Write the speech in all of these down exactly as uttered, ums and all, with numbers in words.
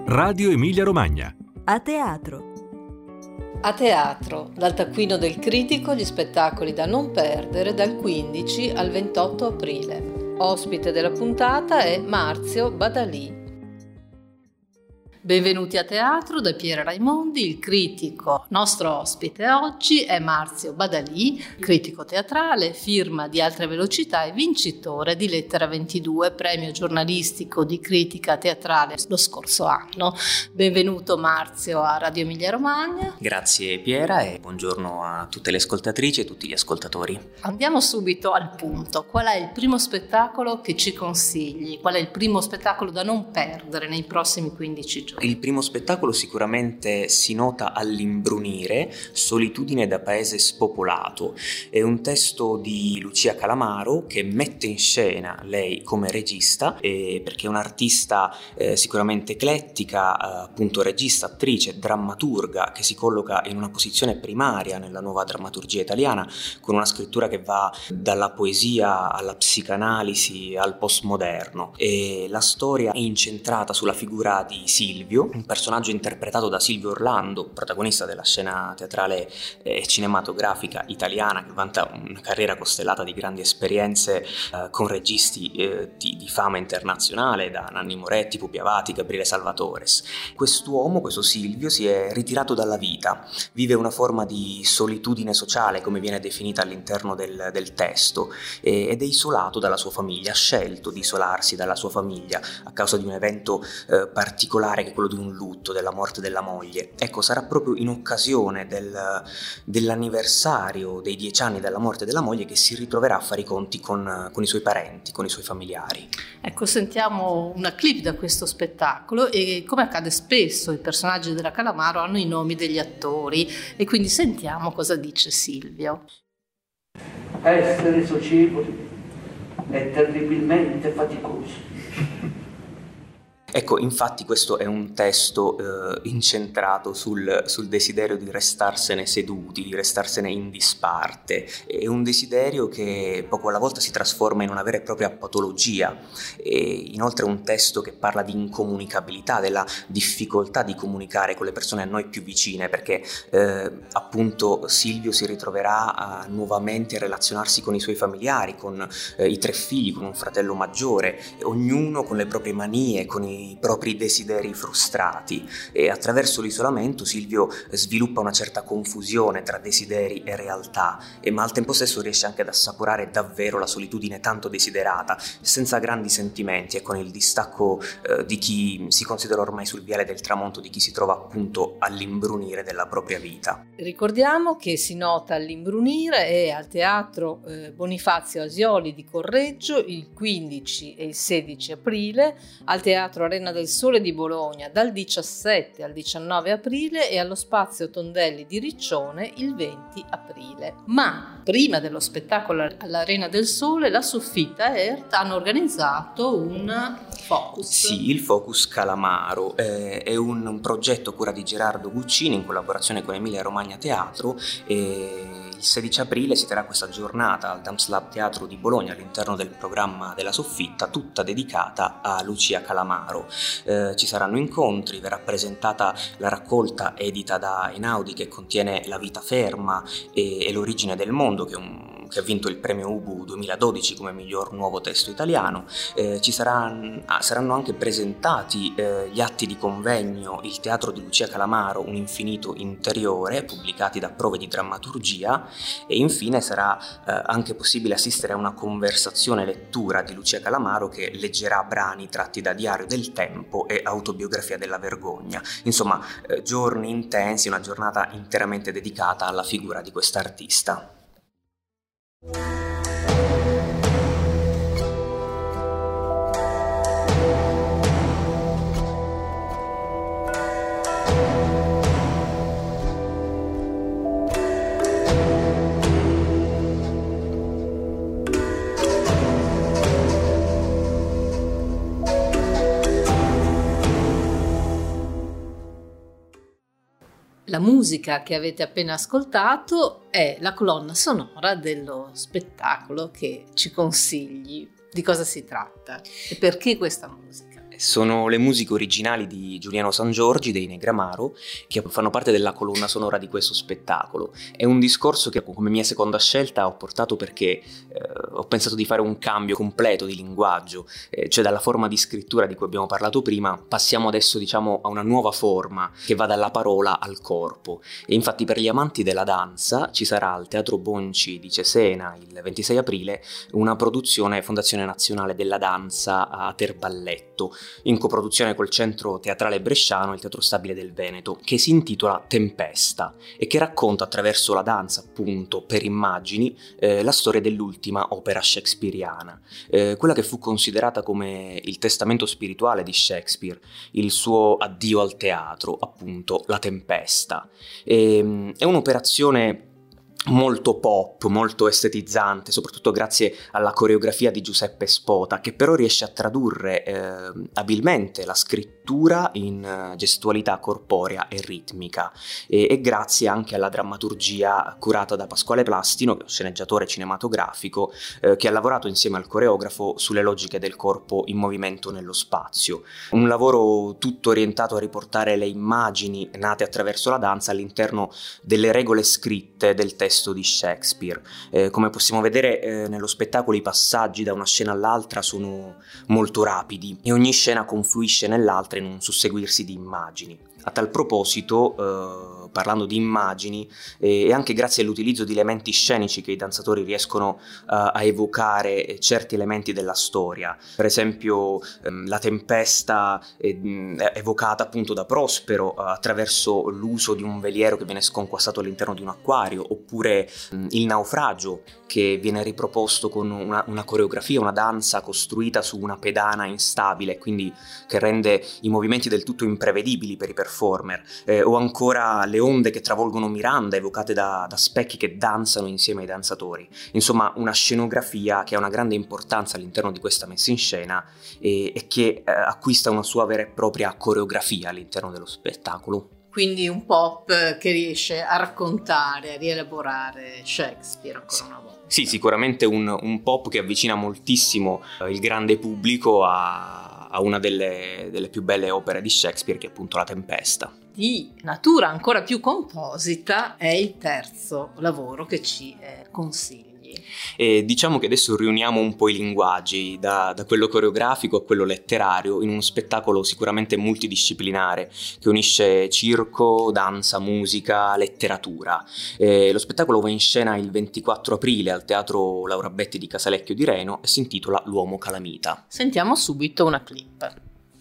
Radio Emilia Romagna. A teatro. A teatro, dal taccuino del critico, gli spettacoli da non perdere dal quindici al ventotto aprile. Ospite della puntata è Marzio Badalì. Benvenuti a teatro da Piera Raimondi, il critico. Nostro ospite oggi è Marzio Badalì, critico teatrale, firma di Altre Velocità e vincitore di Lettera ventidue, premio giornalistico di critica teatrale lo scorso anno. Benvenuto Marzio a Radio Emilia Romagna. Grazie Piera e buongiorno a tutte le ascoltatrici e tutti gli ascoltatori. Andiamo subito al punto. Qual è il primo spettacolo che ci consigli? Qual è il primo spettacolo da non perdere nei prossimi quindici giorni? Il primo spettacolo sicuramente si nota all'imbrunire, Solitudine da paese spopolato. È un testo di Lucia Calamaro che mette in scena lei come regista, eh, perché è un'artista eh, sicuramente eclettica, eh, appunto regista, attrice, drammaturga, che si colloca in una posizione primaria nella nuova drammaturgia italiana, con una scrittura che va dalla poesia alla psicanalisi al postmoderno. E la storia è incentrata sulla figura di Silvio, un personaggio interpretato da Silvio Orlando, protagonista della scena teatrale e cinematografica italiana, che vanta una carriera costellata di grandi esperienze eh, con registi eh, di, di fama internazionale, da Nanni Moretti, Pupi Avati, Gabriele Salvatores. Quest'uomo, questo Silvio, si è ritirato dalla vita, vive una forma di solitudine sociale, come viene definita all'interno del, del testo, eh, ed è isolato dalla sua famiglia, ha scelto di isolarsi dalla sua famiglia a causa di un evento eh, particolare, che quello di un lutto, della morte della moglie. Ecco, sarà proprio in occasione del, dell'anniversario dei dieci anni della morte della moglie che si ritroverà a fare i conti con, con i suoi parenti, con i suoi familiari. Ecco, sentiamo una clip da questo spettacolo e, come accade spesso, i personaggi della Calamaro hanno i nomi degli attori e quindi sentiamo cosa dice Silvio. Essere socievoli è terribilmente faticoso. Ecco, infatti questo è un testo eh, incentrato sul, sul desiderio di restarsene seduti, di restarsene in disparte. È un desiderio che poco alla volta si trasforma in una vera e propria patologia. E inoltre è un testo che parla di incomunicabilità, della difficoltà di comunicare con le persone a noi più vicine, perché eh, appunto Silvio si ritroverà a, nuovamente a relazionarsi con i suoi familiari, con eh, i tre figli, con un fratello maggiore, ognuno con le proprie manie, con i i propri desideri frustrati, e attraverso l'isolamento Silvio sviluppa una certa confusione tra desideri e realtà, e ma al tempo stesso riesce anche ad assaporare davvero la solitudine tanto desiderata, senza grandi sentimenti e con il distacco eh, di chi si considera ormai sul viale del tramonto, di chi si trova appunto all'imbrunire della propria vita. Ricordiamo che si nota all'imbrunire e al teatro eh, Bonifazio Asioli di Correggio il quindici e il sedici aprile, al teatro Arena del Sole di Bologna dal diciassette al diciannove aprile e allo Spazio Tondelli di Riccione il venti aprile. Ma prima dello spettacolo all'Arena del Sole, la Soffitta e Ert hanno organizzato un focus. Sì, il Focus Calamaro eh, è un, un progetto a cura di Gerardo Guccini in collaborazione con Emilia Romagna Teatro. E il sedici aprile si terrà questa giornata al Dams Lab Teatro di Bologna all'interno del programma della Soffitta, tutta dedicata a Lucia Calamaro. Eh, ci saranno incontri, verrà presentata la raccolta edita da Einaudi che contiene La vita ferma e, e L'origine del mondo, che è un che ha vinto il premio Ubu duemiladodici come miglior nuovo testo italiano. Eh, ci saranno, ah, saranno anche presentati eh, gli atti di convegno Il teatro di Lucia Calamaro, un infinito interiore, pubblicati da Prove di drammaturgia, e infine sarà eh, anche possibile assistere a una conversazione lettura di Lucia Calamaro, che leggerà brani tratti da Diario del Tempo e Autobiografia della vergogna. Insomma, eh, giorni intensi, una giornata interamente dedicata alla figura di quest'artista. La musica che avete appena ascoltato è la colonna sonora dello spettacolo che ci consigli. Di cosa si tratta e perché questa musica? Sono le musiche originali di Giuliano Sangiorgi dei Negramaro, che fanno parte della colonna sonora di questo spettacolo. È un discorso che come mia seconda scelta ho portato perché eh, ho pensato di fare un cambio completo di linguaggio, eh, cioè dalla forma di scrittura di cui abbiamo parlato prima passiamo adesso diciamo a una nuova forma che va dalla parola al corpo. E infatti per gli amanti della danza ci sarà al Teatro Bonci di Cesena il ventisei aprile una produzione Fondazione Nazionale della Danza a Terballetto, in coproduzione col Centro Teatrale Bresciano e il Teatro Stabile del Veneto, che si intitola Tempesta e che racconta attraverso la danza, appunto, per immagini, eh, la storia dell'ultima opera shakespeariana, eh, quella che fu considerata come il testamento spirituale di Shakespeare, il suo addio al teatro, appunto La Tempesta. E, è un'operazione molto pop, molto estetizzante, soprattutto grazie alla coreografia di Giuseppe Spota, che però riesce a tradurre eh, abilmente la scrittura in uh, gestualità corporea e ritmica, e, e grazie anche alla drammaturgia curata da Pasquale Plastino, che è un sceneggiatore cinematografico eh, che ha lavorato insieme al coreografo sulle logiche del corpo in movimento nello spazio. Un lavoro tutto orientato a riportare le immagini nate attraverso la danza all'interno delle regole scritte del testo di Shakespeare. Eh, come possiamo vedere eh, nello spettacolo i passaggi da una scena all'altra sono molto rapidi e ogni scena confluisce nell'altra in un susseguirsi di immagini. A tal proposito, eh, parlando di immagini, eh, e anche grazie all'utilizzo di elementi scenici che i danzatori riescono eh, a evocare certi elementi della storia, per esempio ehm, la tempesta è, è evocata appunto da Prospero eh, attraverso l'uso di un veliero che viene sconquassato all'interno di un acquario, oppure ehm, il naufragio che viene riproposto con una, una coreografia, una danza costruita su una pedana instabile, quindi che rende i movimenti del tutto imprevedibili per i performer, eh, o ancora le onde che travolgono Miranda evocate da, da specchi che danzano insieme ai danzatori. Insomma, una scenografia che ha una grande importanza all'interno di questa messa in scena e, e che eh, acquista una sua vera e propria coreografia all'interno dello spettacolo. Quindi un pop che riesce a raccontare, a rielaborare Shakespeare ancora una volta. Sì, sicuramente un, un pop che avvicina moltissimo eh, il grande pubblico a, a una delle, delle più belle opere di Shakespeare, che è appunto La Tempesta. Di natura ancora più composita è il terzo lavoro che ci eh, consigli. E diciamo che adesso riuniamo un po' i linguaggi, da, da quello coreografico a quello letterario, in uno spettacolo sicuramente multidisciplinare che unisce circo, danza, musica, letteratura. E lo spettacolo va in scena il ventiquattro aprile al Teatro Laura Betti di Casalecchio di Reno e si intitola L'Uomo Calamita. Sentiamo subito una clip.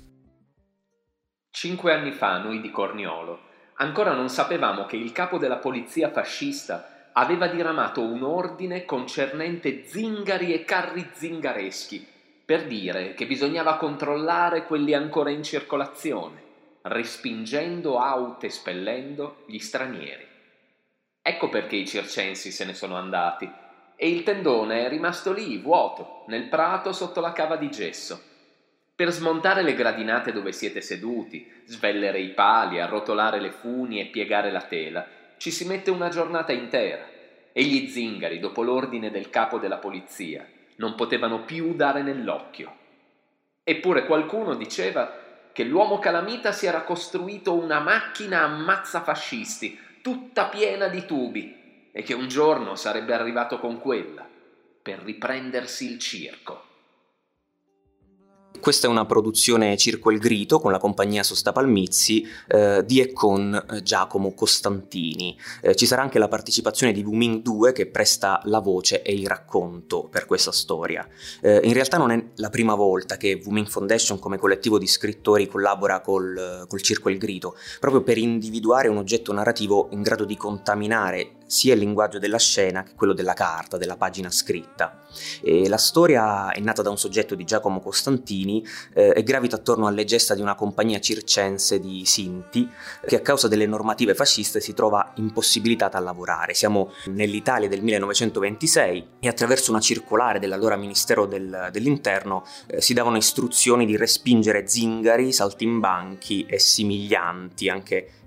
Cinque anni fa noi di Corniolo ancora non sapevamo che il capo della polizia fascista aveva diramato un ordine concernente zingari e carri zingareschi, per dire che bisognava controllare quelli ancora in circolazione, respingendo out e spellendo gli stranieri. Ecco perché i circensi se ne sono andati e il tendone è rimasto lì, vuoto, nel prato sotto la cava di gesso. Per smontare le gradinate dove siete seduti, svellere i pali, arrotolare le funi e piegare la tela, ci si mette una giornata intera e gli zingari, dopo l'ordine del capo della polizia, non potevano più dare nell'occhio. Eppure qualcuno diceva che l'uomo calamita si era costruito una macchina ammazza fascisti, tutta piena di tubi, e che un giorno sarebbe arrivato con quella per riprendersi il circo. Questa è una produzione Circo il Grito con la compagnia Sosta Palmizzi eh, di e con eh, Giacomo Costantini. Eh, ci sarà anche la partecipazione di Wuming due che presta la voce e il racconto per questa storia. Eh, in realtà non è la prima volta che Wuming Foundation come collettivo di scrittori collabora col, col Circo il Grito, proprio per individuare un oggetto narrativo in grado di contaminare sia il linguaggio della scena che quello della carta, della pagina scritta. E la storia è nata da un soggetto di Giacomo Costantini eh, e gravita attorno alle gesta di una compagnia circense di Sinti che a causa delle normative fasciste si trova impossibilitata a lavorare. Siamo nell'Italia del millenovecentoventisei e attraverso una circolare dell'allora Ministero del, dell'Interno eh, si davano istruzioni di respingere zingari, saltimbanchi e simiglianti, anche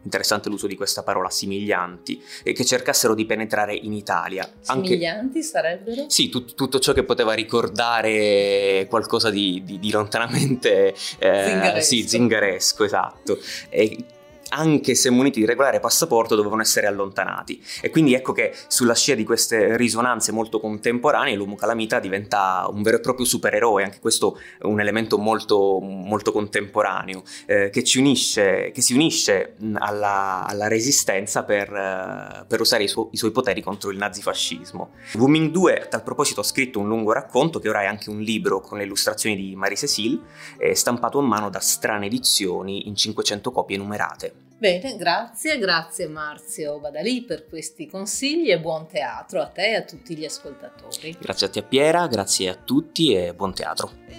interessante l'uso di questa parola, similianti, e che cercassero di penetrare in Italia. Similianti Anche, sarebbero? sì, tut, tutto ciò che poteva ricordare qualcosa di, di, di lontanamente eh, zingaresco. Sì, zingaresco, esatto. E, anche se muniti di regolare passaporto, dovevano essere allontanati. E quindi ecco che sulla scia di queste risonanze molto contemporanee l'uomo calamita diventa un vero e proprio supereroe, anche questo è un elemento molto, molto contemporaneo, eh, che ci unisce, che si unisce alla, alla resistenza per, eh, per usare i, su- i suoi poteri contro il nazifascismo. Wu Ming-due a tal proposito ha scritto un lungo racconto che ora è anche un libro con le illustrazioni di Marie-Cécile, eh, stampato a mano da Strane Edizioni in cinquecento copie numerate. Bene, grazie, grazie Marzio Badalì per questi consigli e buon teatro a te e a tutti gli ascoltatori. Grazie a te Piera, grazie a tutti e buon teatro.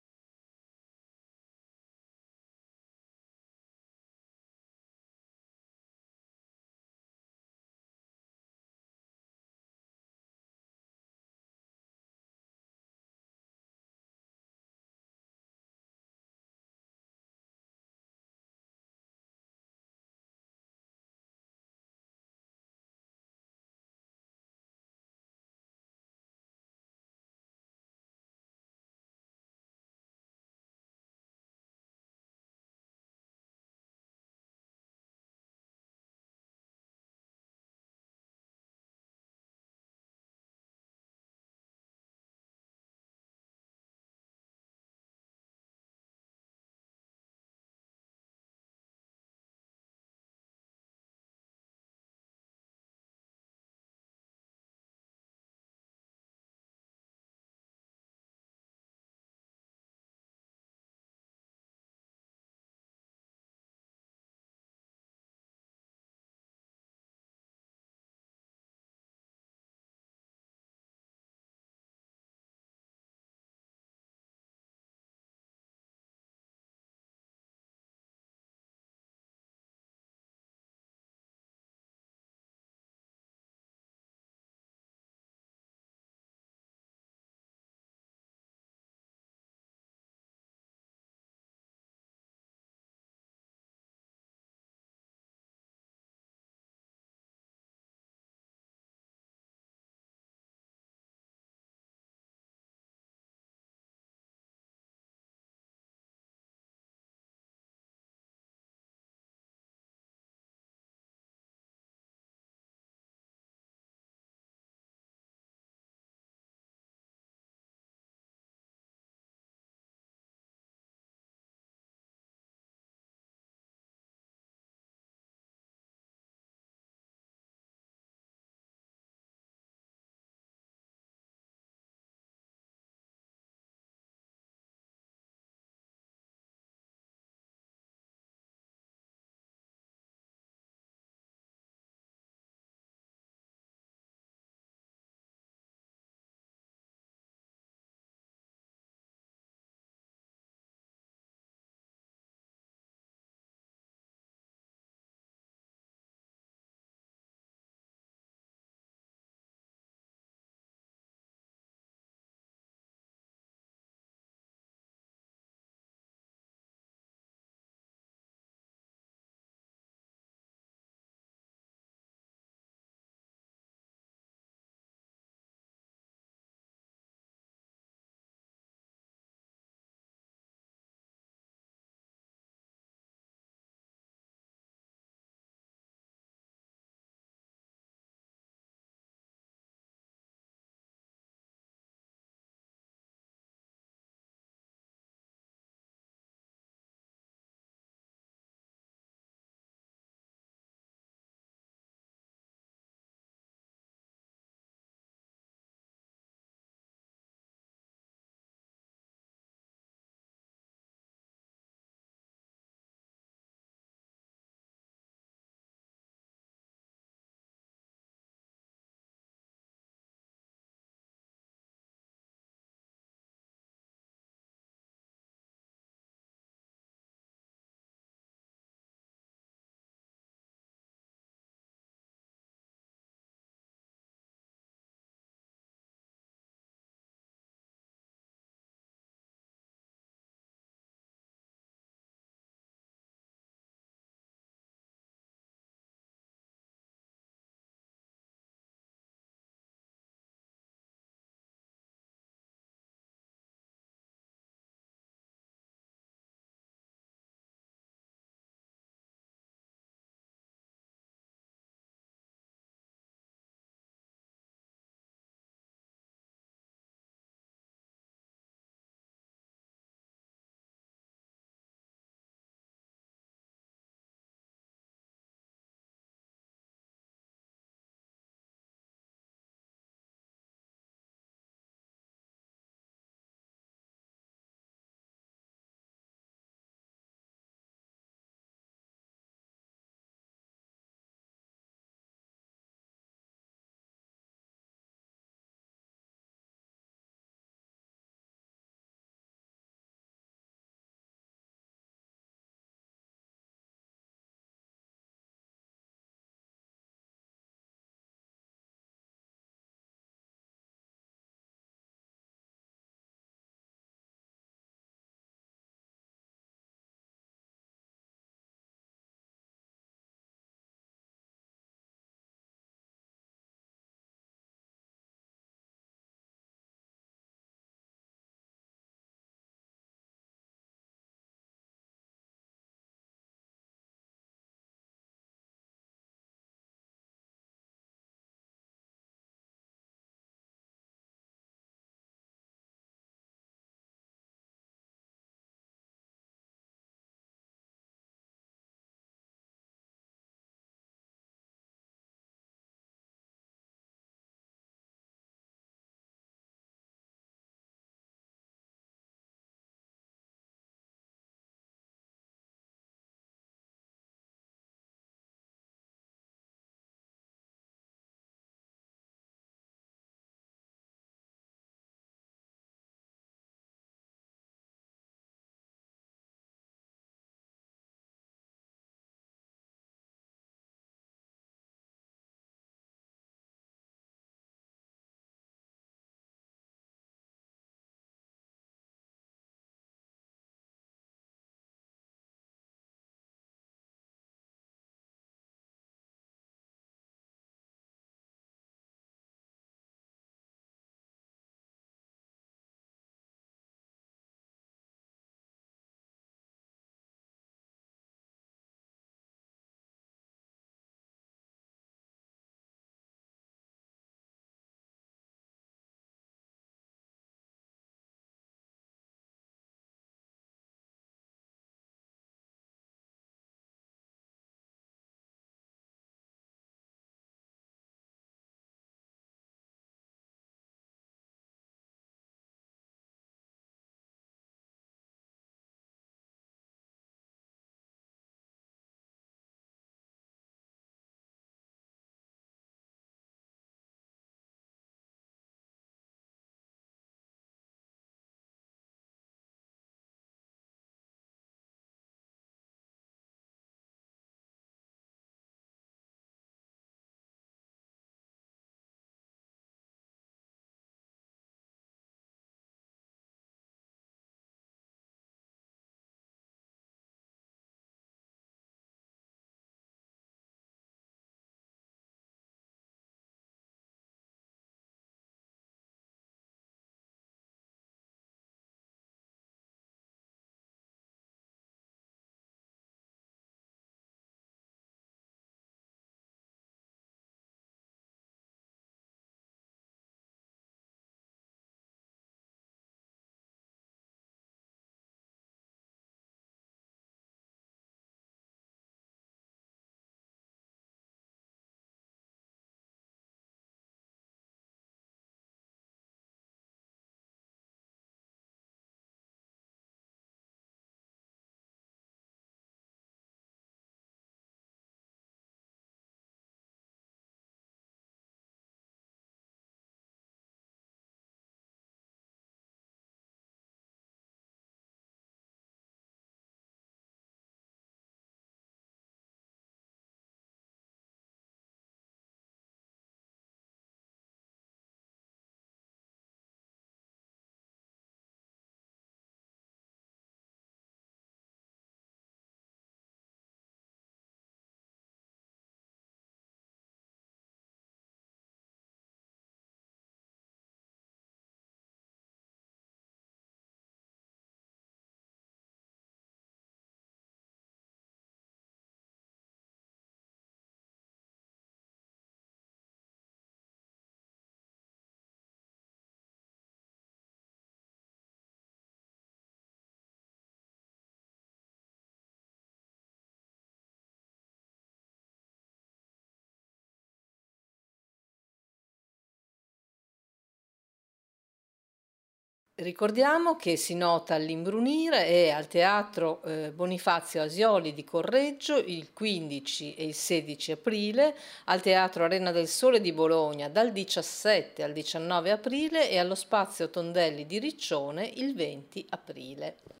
Ricordiamo che si nota all'imbrunire è al Teatro eh, Bonifazio Asioli di Correggio il quindici e il sedici aprile, al Teatro Arena del Sole di Bologna dal diciassette al diciannove aprile e allo Spazio Tondelli di Riccione il venti aprile.